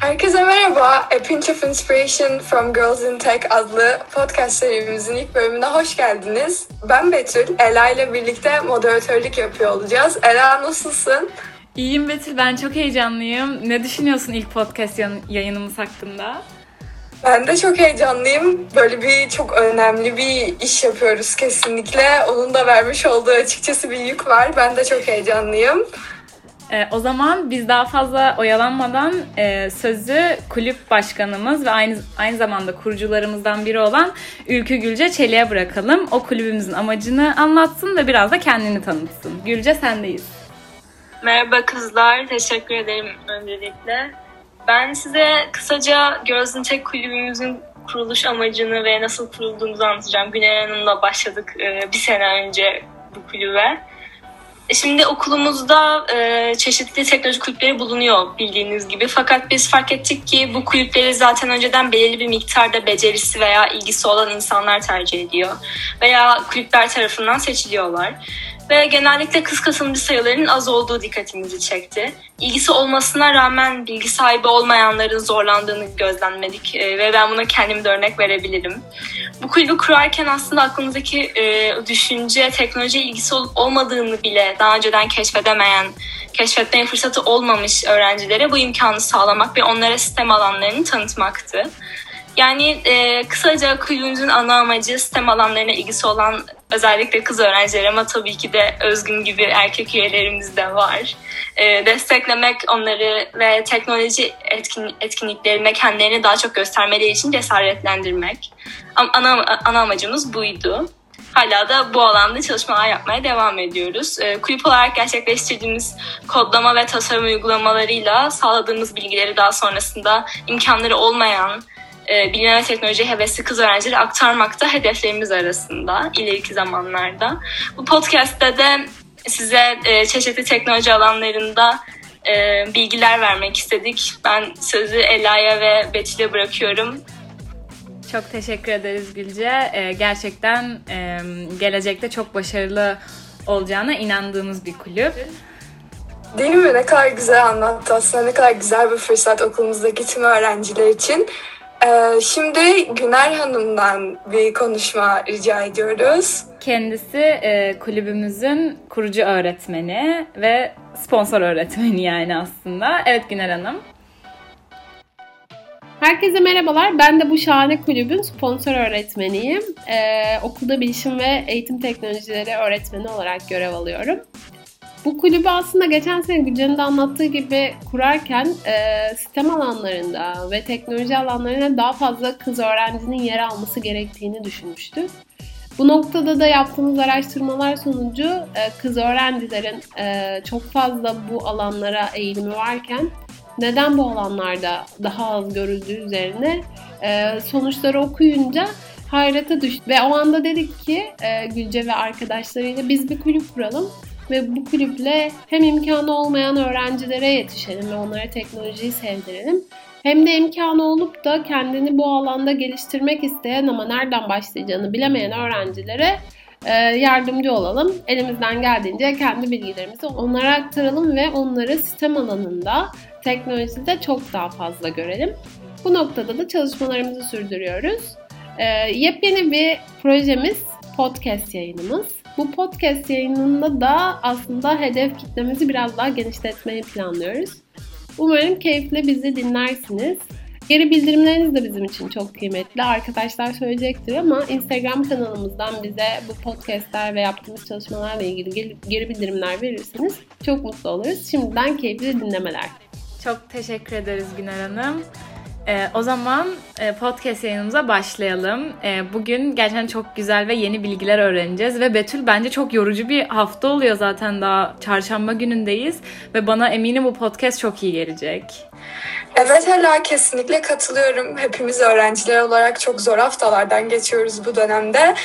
Herkese merhaba. A Pinch of Inspiration from Girls in Tech adlı podcast serimizin ilk bölümüne hoş geldiniz. Ben Betül, Ela ile birlikte moderatörlük yapıyor olacağız. Ela nasılsın? İyiyim Betül, ben çok heyecanlıyım. Ne düşünüyorsun ilk podcast yayınımız hakkında? Ben de çok heyecanlıyım. Böyle çok önemli bir iş yapıyoruz kesinlikle. Onun da vermiş olduğu açıkçası bir yük var. Ben de çok heyecanlıyım. O zaman biz daha fazla oyalanmadan sözü kulüp başkanımız ve aynı zamanda kurucularımızdan biri olan Ülkü Gülce Çelik'e bırakalım. O kulübümüzün amacını anlatsın ve biraz da kendini tanıtsın. Gülce, sendeyiz. Merhaba kızlar, teşekkür ederim öncelikle. Ben size kısaca Girls in Tech kulübümüzün kuruluş amacını ve nasıl kurulduğumuzu anlatacağım. Güney Hanım'la başladık bir sene önce bu kulübe. Şimdi okulumuzda çeşitli teknoloji kulüpleri bulunuyor bildiğiniz gibi. Fakat biz fark ettik ki bu kulüpleri zaten önceden belirli bir miktarda becerisi veya ilgisi olan insanlar tercih ediyor. Veya kulüpler tarafından seçiliyorlar. Ve genellikle kız katılımcı sayılarının az olduğu dikkatimizi çekti. İlgisi olmasına rağmen bilgi sahibi olmayanların zorlandığını gözlemledik ve ben buna kendim de örnek verebilirim. Bu kulübü kurarken aslında aklımızdaki düşünce teknolojiye ilgisi olmadığını bile daha önceden keşfetmeye fırsatı olmamış öğrencilere bu imkanı sağlamak ve onlara STEM alanlarını tanıtmaktı. Yani kısaca kulübümüzün ana amacı STEM alanlarına ilgisi olan özellikle kız öğrenciler ama tabii ki de Özgün gibi erkek üyelerimiz de var. Desteklemek onları ve teknoloji etkinliklerinde kendilerini daha çok göstermeleri için cesaretlendirmek. Ana amacımız buydu. Hala da bu alanda çalışmalar yapmaya devam ediyoruz. Kulüp olarak gerçekleştirdiğimiz kodlama ve tasarım uygulamalarıyla sağladığımız bilgileri daha sonrasında imkanları olmayan, bilime ve teknoloji hevesli kız öğrencilere aktarmak da hedeflerimiz arasında ileriki zamanlarda. Bu podcast'te de size çeşitli teknoloji alanlarında bilgiler vermek istedik. Ben sözü Ela'ya ve Betül'e bırakıyorum. Çok teşekkür ederiz Gülce. Gerçekten gelecekte çok başarılı olacağına inandığımız bir kulüp. Değil mi? Ne kadar güzel anlattı aslında. Ne kadar güzel bir fırsat okulumuzdaki tüm öğrenciler için. Şimdi Güner Hanım'dan bir konuşma rica ediyoruz. Kendisi kulübümüzün kurucu öğretmeni ve sponsor öğretmeni yani aslında. Evet Güner Hanım. Herkese merhabalar. Ben de bu şahane kulübün sponsor öğretmeniyim. Okulda bilişim ve eğitim teknolojileri öğretmeni olarak görev alıyorum. Bu kulübü aslında geçen sene Gülce'nin de anlattığı gibi kurarken STEM alanlarında ve teknoloji alanlarında daha fazla kız öğrencinin yer alması gerektiğini düşünmüştük. Bu noktada da yaptığımız araştırmalar sonucu kız öğrencilerin çok fazla bu alanlara eğilimi varken neden bu alanlarda daha az görüldüğü üzerine sonuçları okuyunca hayrete düştük. Ve o anda dedik ki Gülce ve arkadaşlarıyla biz bir kulüp kuralım. Ve bu kulüple hem imkanı olmayan öğrencilere yetişelim ve onlara teknolojiyi sevdirelim. Hem de imkanı olup da kendini bu alanda geliştirmek isteyen ama nereden başlayacağını bilemeyen öğrencilere yardımcı olalım. Elimizden geldiğince kendi bilgilerimizi onlara aktaralım ve onları STEM alanında, teknolojide çok daha fazla görelim. Bu noktada da çalışmalarımızı sürdürüyoruz. Yepyeni bir projemiz, podcast yayınımız. Bu podcast yayınında da aslında hedef kitlemizi biraz daha genişletmeyi planlıyoruz. Umarım keyifle bizi dinlersiniz. Geri bildirimleriniz de bizim için çok kıymetli. Arkadaşlar söyleyecektir ama Instagram kanalımızdan bize bu podcastler ve yaptığımız çalışmalarla ilgili geri bildirimler verirseniz çok mutlu oluruz. Şimdiden keyifli dinlemeler. Çok teşekkür ederiz Güner Hanım. O zaman podcast yayınımıza başlayalım. Bugün gerçekten çok güzel ve yeni bilgiler öğreneceğiz. Ve Betül, bence çok yorucu bir hafta oluyor zaten, daha çarşamba günündeyiz. Ve bana eminim bu podcast çok iyi gelecek. Evet Ela, kesinlikle katılıyorum. Hepimiz öğrenciler olarak çok zor haftalardan geçiyoruz bu dönemde.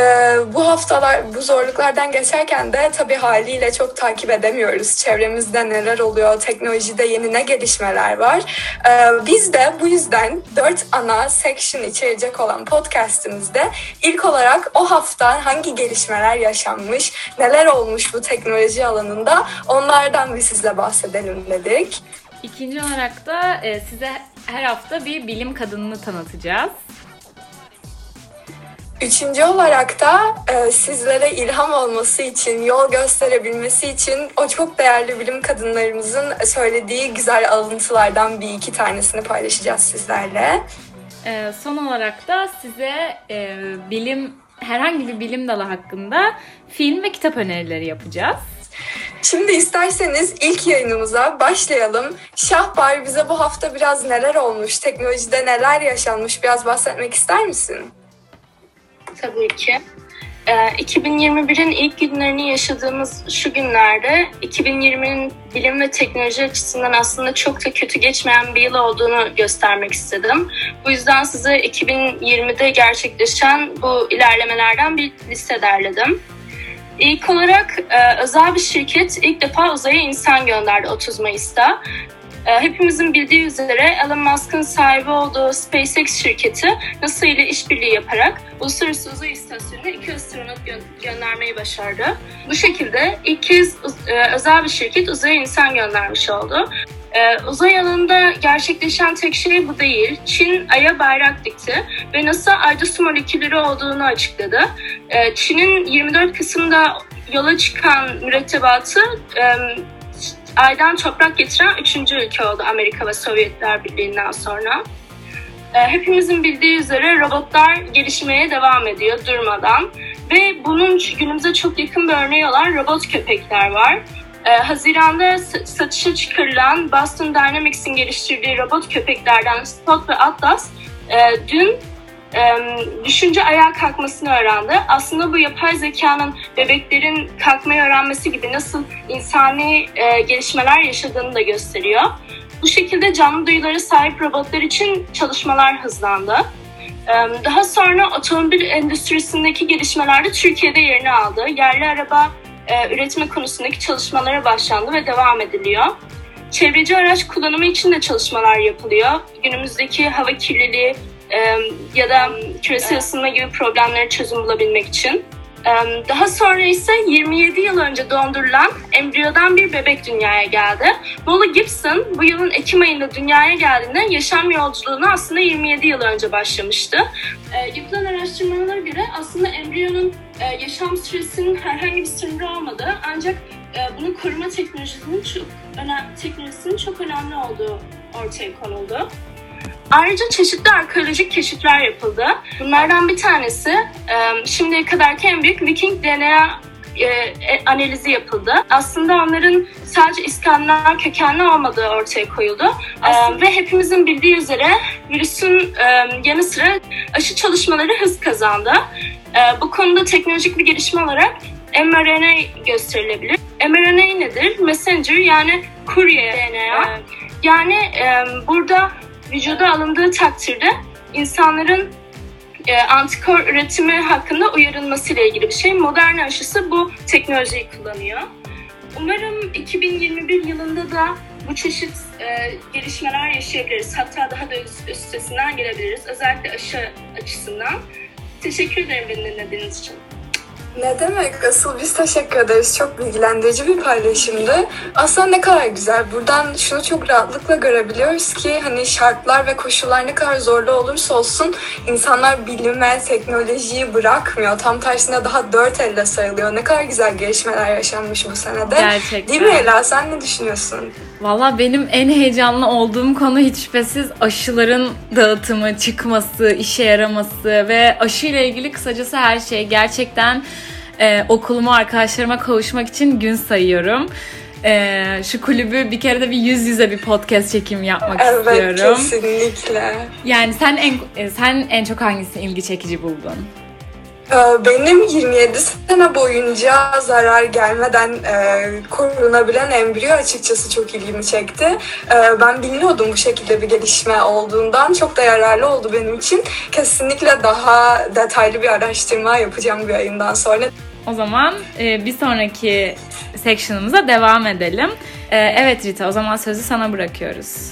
Bu zorluklardan geçerken de tabii haliyle çok takip edemiyoruz. Çevremizde neler oluyor, teknolojide yeni ne gelişmeler var. Biz de bu yüzden 4 ana section içerecek olan podcastimizde ilk olarak o hafta hangi gelişmeler yaşanmış, neler olmuş bu teknoloji alanında, onlardan bir sizle bahsedelim dedik. İkinci olarak da size her hafta bir bilim kadınını tanıtacağız. Üçüncü olarak da sizlere ilham olması için, yol gösterebilmesi için o çok değerli bilim kadınlarımızın söylediği güzel alıntılardan bir iki tanesini paylaşacağız sizlerle. Son olarak da size herhangi bir bilim dalı hakkında film ve kitap önerileri yapacağız. Şimdi isterseniz ilk yayınımıza başlayalım. Şahbar, bize bu hafta biraz neler olmuş, teknolojide neler yaşanmış biraz bahsetmek ister misin? Tabii ki. 2021'in ilk günlerini yaşadığımız şu günlerde 2020'nin bilim ve teknoloji açısından aslında çok da kötü geçmeyen bir yıl olduğunu göstermek istedim. Bu yüzden size 2020'de gerçekleşen bu ilerlemelerden bir liste derledim. İlk olarak özel bir şirket ilk defa uzaya insan gönderdi 30 Mayıs'ta. Hepimizin bildiği üzere Elon Musk'ın sahibi olduğu SpaceX şirketi NASA ile işbirliği yaparak Uluslararası Uzay İstasyonu'na 2 astronot göndermeyi başardı. Bu şekilde ilk kez özel bir şirket uzaya insan göndermiş oldu. Uzay alanında gerçekleşen tek şey bu değil. Çin Ay'a bayrak dikti ve NASA Ay'da su molekülleri olduğunu açıkladı. Çin'in 24 Kasım'da yola çıkan mürettebatı Ay'dan toprak getiren 3. ülke oldu Amerika ve Sovyetler Birliği'nden sonra. Hepimizin bildiği üzere robotlar gelişmeye devam ediyor durmadan. Ve bunun günümüze çok yakın bir örneği olan robot köpekler var. Haziran'da satışa çıkarılan Boston Dynamics'in geliştirdiği robot köpeklerden Spot ve Atlas dün düşünce ayağa kalkmasını öğrendi. Aslında bu yapay zekanın bebeklerin kalkmayı öğrenmesi gibi nasıl insani gelişmeler yaşadığını da gösteriyor. Bu şekilde canlı duyulara sahip robotlar için çalışmalar hızlandı. Daha sonra otomobil endüstrisindeki gelişmeler de Türkiye'de yerini aldı. Yerli araba üretme konusundaki çalışmalara başlandı ve devam ediliyor. Çevreci araç kullanımı için de çalışmalar yapılıyor. Günümüzdeki hava kirliliği ya da küresel ısınma gibi problemlere çözüm bulabilmek için. Daha sonra ise 27 yıl önce dondurulan embriyodan bir bebek dünyaya geldi. Molly Gibson bu yılın Ekim ayında dünyaya geldiğinde yaşam yolculuğuna aslında 27 yıl önce başlamıştı. Yapılan araştırmalara göre aslında embriyonun yaşam süresinin herhangi bir sınırı olmadığı ancak bunu koruma teknolojisinin çok önemli olduğu ortaya konuldu. Ayrıca çeşitli arkeolojik keşifler yapıldı. Bunlardan bir tanesi şimdiye kadarki en büyük Viking DNA analizi yapıldı. Aslında onların sadece İskandinav kökenli olmadığı ortaya koyuldu. Ve hepimizin bildiği üzere virüsün yanı sıra aşı çalışmaları hız kazandı. Bu konuda teknolojik bir gelişme olarak mRNA gösterilebilir. mRNA nedir? Messenger yani kurye DNA. Yani burada vücuda alındığı takdirde insanların antikor üretimi hakkında uyarılması ile ilgili bir şey. Moderna aşısı bu teknolojiyi kullanıyor. Umarım 2021 yılında da bu çeşit gelişmeler yaşayabiliriz. Hatta daha da üstesinden gelebiliriz. Özellikle aşı açısından. Teşekkür ederim beni dinlediğiniz için. Ne demek? Asıl biz teşekkür ederiz. Çok bilgilendirici bir paylaşımdı. Aslında ne kadar güzel. Buradan şunu çok rahatlıkla görebiliyoruz ki hani şartlar ve koşullar ne kadar zorlu olursa olsun insanlar bilime, teknolojiyi bırakmıyor. Tam tersine daha dört elle sarılıyor. Ne kadar güzel gelişmeler yaşanmış bu senede. Gerçekten. Değil mi Ela? Sen ne düşünüyorsun? Valla benim en heyecanlı olduğum konu hiç şüphesiz aşıların dağıtımı, çıkması, işe yaraması ve aşıyla ilgili kısacası her şey. Gerçekten okuluma, arkadaşlarıma kavuşmak için gün sayıyorum. Şu kulübü bir kere de bir yüz yüze bir podcast çekimi yapmak istiyorum. Evet, kesinlikle. Yani sen en çok hangisini ilgi çekici buldun? Benim 27 sene boyunca zarar gelmeden korunabilen embriyo açıkçası çok ilgimi çekti. Ben bilmiyordum bu şekilde bir gelişme olduğundan. Çok da yararlı oldu benim için. Kesinlikle daha detaylı bir araştırma yapacağım bir ayından sonra. O zaman bir sonraki section'ımıza devam edelim. Evet Rita, o zaman sözü sana bırakıyoruz.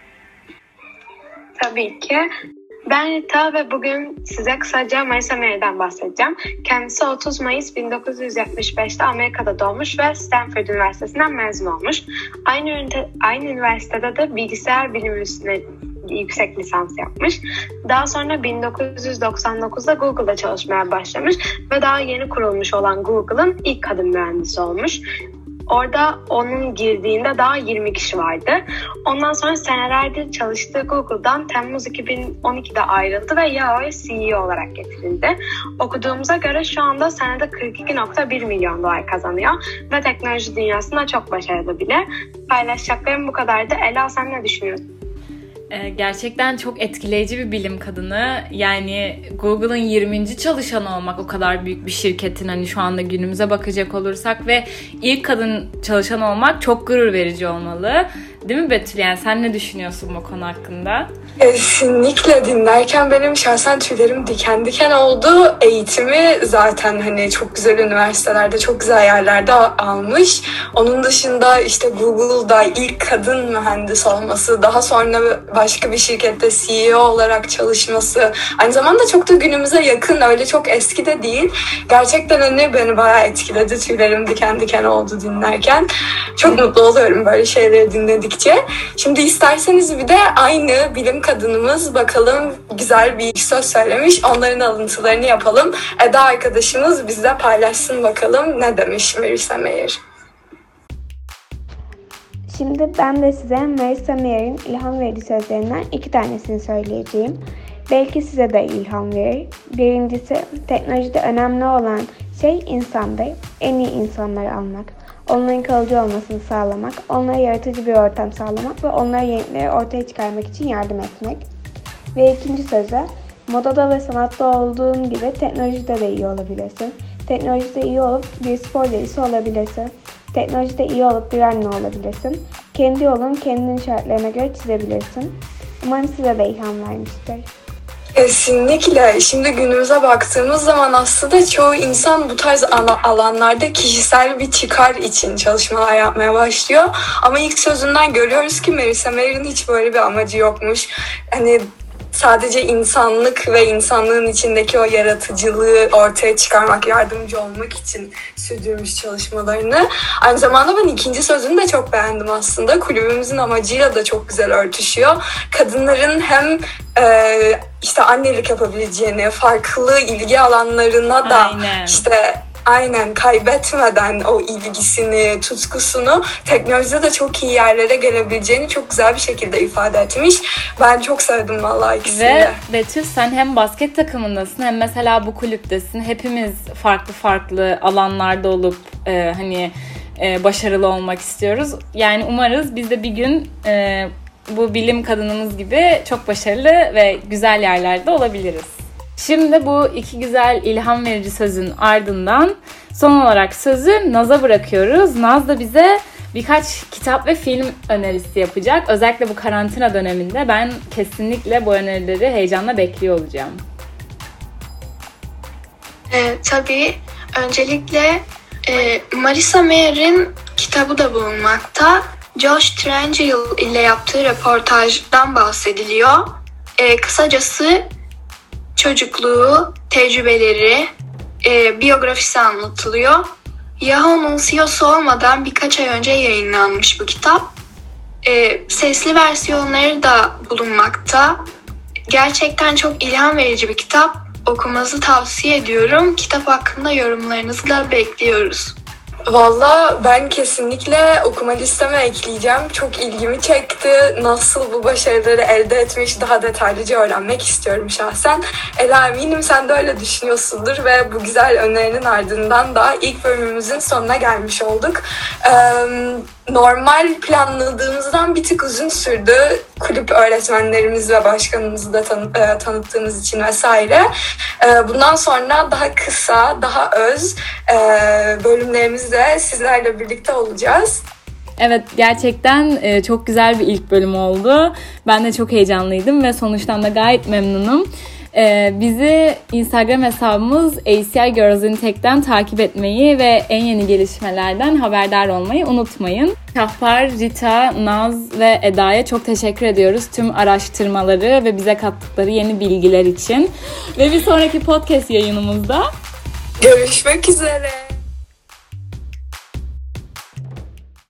Tabii ki. Ben Rita ve bugün size kısaca Marisa Mayer'den bahsedeceğim. Kendisi 30 Mayıs 1975'te Amerika'da doğmuş ve Stanford Üniversitesi'nden mezun olmuş. Aynı üniversitede de bilgisayar bilimi yüksek lisans yapmış. Daha sonra 1999'da Google'da çalışmaya başlamış ve daha yeni kurulmuş olan Google'ın ilk kadın mühendisi olmuş. Orada onun girdiğinde daha 20 kişi vardı. Ondan sonra senelerdir çalıştığı Google'dan Temmuz 2012'de ayrıldı ve Yahoo'ya CEO olarak getirildi. Okuduğumuza göre şu anda senede 42,1 milyon dolar kazanıyor ve teknoloji dünyasında çok başarılı bile. Paylaşacaklarım bu kadardı. Ela, sen ne düşünüyorsun? Gerçekten çok etkileyici bir bilim kadını. Yani Google'ın 20. çalışanı olmak, o kadar büyük bir şirketin, hani şu anda günümüze bakacak olursak, ve ilk kadın çalışan olmak çok gurur verici olmalı. Değil mi Betül? Yani sen ne düşünüyorsun bu konu hakkında? Kesinlikle, dinlerken benim şahsen tüylerim diken diken oldu. Eğitimi zaten hani çok güzel üniversitelerde, çok güzel yerlerde almış. Onun dışında işte Google'da ilk kadın mühendis olması, daha sonra başka bir şirkette CEO olarak çalışması, aynı zamanda çok da günümüze yakın, öyle çok eski de değil. Gerçekten hani beni bayağı etkiledi. Tüylerim diken diken oldu dinlerken. Çok mutlu oluyorum böyle şeyleri dinledikçe. Şimdi isterseniz bir de aynı bilim kadınımız bakalım güzel bir söz söylemiş. Onların alıntılarını yapalım. Eda arkadaşımız bizle paylaşsın bakalım ne demiş Marissa Mayer. Şimdi ben de size Marissa Mayer'in ilham verici sözlerinden 2 tanesini söyleyeceğim. Belki size de ilham verir. Birincisi, teknolojide önemli olan şey insandır. En iyi insanları almak. Onların kalıcı olmasını sağlamak, onlara yaratıcı bir ortam sağlamak ve onlara yenilikleri ortaya çıkarmak için yardım etmek. Ve ikinci sözü, modada ve sanatta olduğun gibi teknolojide de iyi olabilirsin. Teknolojide iyi olup bir spor delisi olabilirsin. Teknolojide iyi olup bir anne olabilirsin. Kendi yolun kendinin şartlarına göre çizebilirsin. Umarım size de ilham vermiştir. Kesinlikle. Şimdi günümüze baktığımız zaman aslında çoğu insan bu tarz alanlarda kişisel bir çıkar için çalışmalar yapmaya başlıyor. Ama ilk sözünden görüyoruz ki Marissa Mayer'in hiç böyle bir amacı yokmuş. Hani sadece insanlık ve insanlığın içindeki o yaratıcılığı ortaya çıkarmak, yardımcı olmak için sürdürmüş çalışmalarını. Aynı zamanda ben ikinci sözünü de çok beğendim aslında. Kulübümüzün amacıyla da çok güzel örtüşüyor. Kadınların hem işte annelik yapabileceğini, farklı ilgi alanlarına da aynen kaybetmeden o ilgisini, tutkusunu teknolojide de çok iyi yerlere gelebileceğini çok güzel bir şekilde ifade etmiş. Ben çok sevdim vallahi ikisini. Ve Betül, sen hem basket takımındasın hem mesela bu kulüptesin. Hepimiz farklı alanlarda olup başarılı olmak istiyoruz. Yani umarız biz de bir gün bu bilim kadınımız gibi çok başarılı ve güzel yerlerde olabiliriz. Şimdi bu 2 güzel ilham verici sözün ardından son olarak sözü Naz'a bırakıyoruz. Naz da bize birkaç kitap ve film önerisi yapacak. Özellikle bu karantina döneminde ben kesinlikle bu önerileri heyecanla bekliyor olacağım. Tabii. Öncelikle Marissa Mayer'in kitabı da bulunmakta. Josh Trengel ile yaptığı röportajdan bahsediliyor. Kısacası çocukluğu, tecrübeleri, biyografisi anlatılıyor. Yahoo'nun CEO'su olmadan birkaç ay önce yayınlanmış bu kitap. Sesli versiyonları da bulunmakta. Gerçekten çok ilham verici bir kitap. Okumanızı tavsiye ediyorum. Kitap hakkında yorumlarınızı da bekliyoruz. Valla ben kesinlikle okuma listeme ekleyeceğim. Çok ilgimi çekti. Nasıl bu başarıları elde etmiş daha detaylıca öğrenmek istiyorum şahsen. Ela, eminim sen de öyle düşünüyorsundur ve bu güzel önerinin ardından da ilk bölümümüzün sonuna gelmiş olduk. Normal planladığımızdan bir tık uzun sürdü. Kulüp öğretmenlerimiz ve başkanımızı da tanıttığımız için vesaire. Bundan sonra daha kısa, daha öz bölümlerimizde sizlerle birlikte olacağız. Evet, gerçekten çok güzel bir ilk bölüm oldu. Ben de çok heyecanlıydım ve sonuçtan da gayet memnunum. Bizi Instagram hesabımız ACI Girls in Tech'ten takip etmeyi ve en yeni gelişmelerden haberdar olmayı unutmayın. Şahpar, Rita, Naz ve Eda'ya çok teşekkür ediyoruz tüm araştırmaları ve bize kattıkları yeni bilgiler için. Ve bir sonraki podcast yayınımızda görüşmek üzere.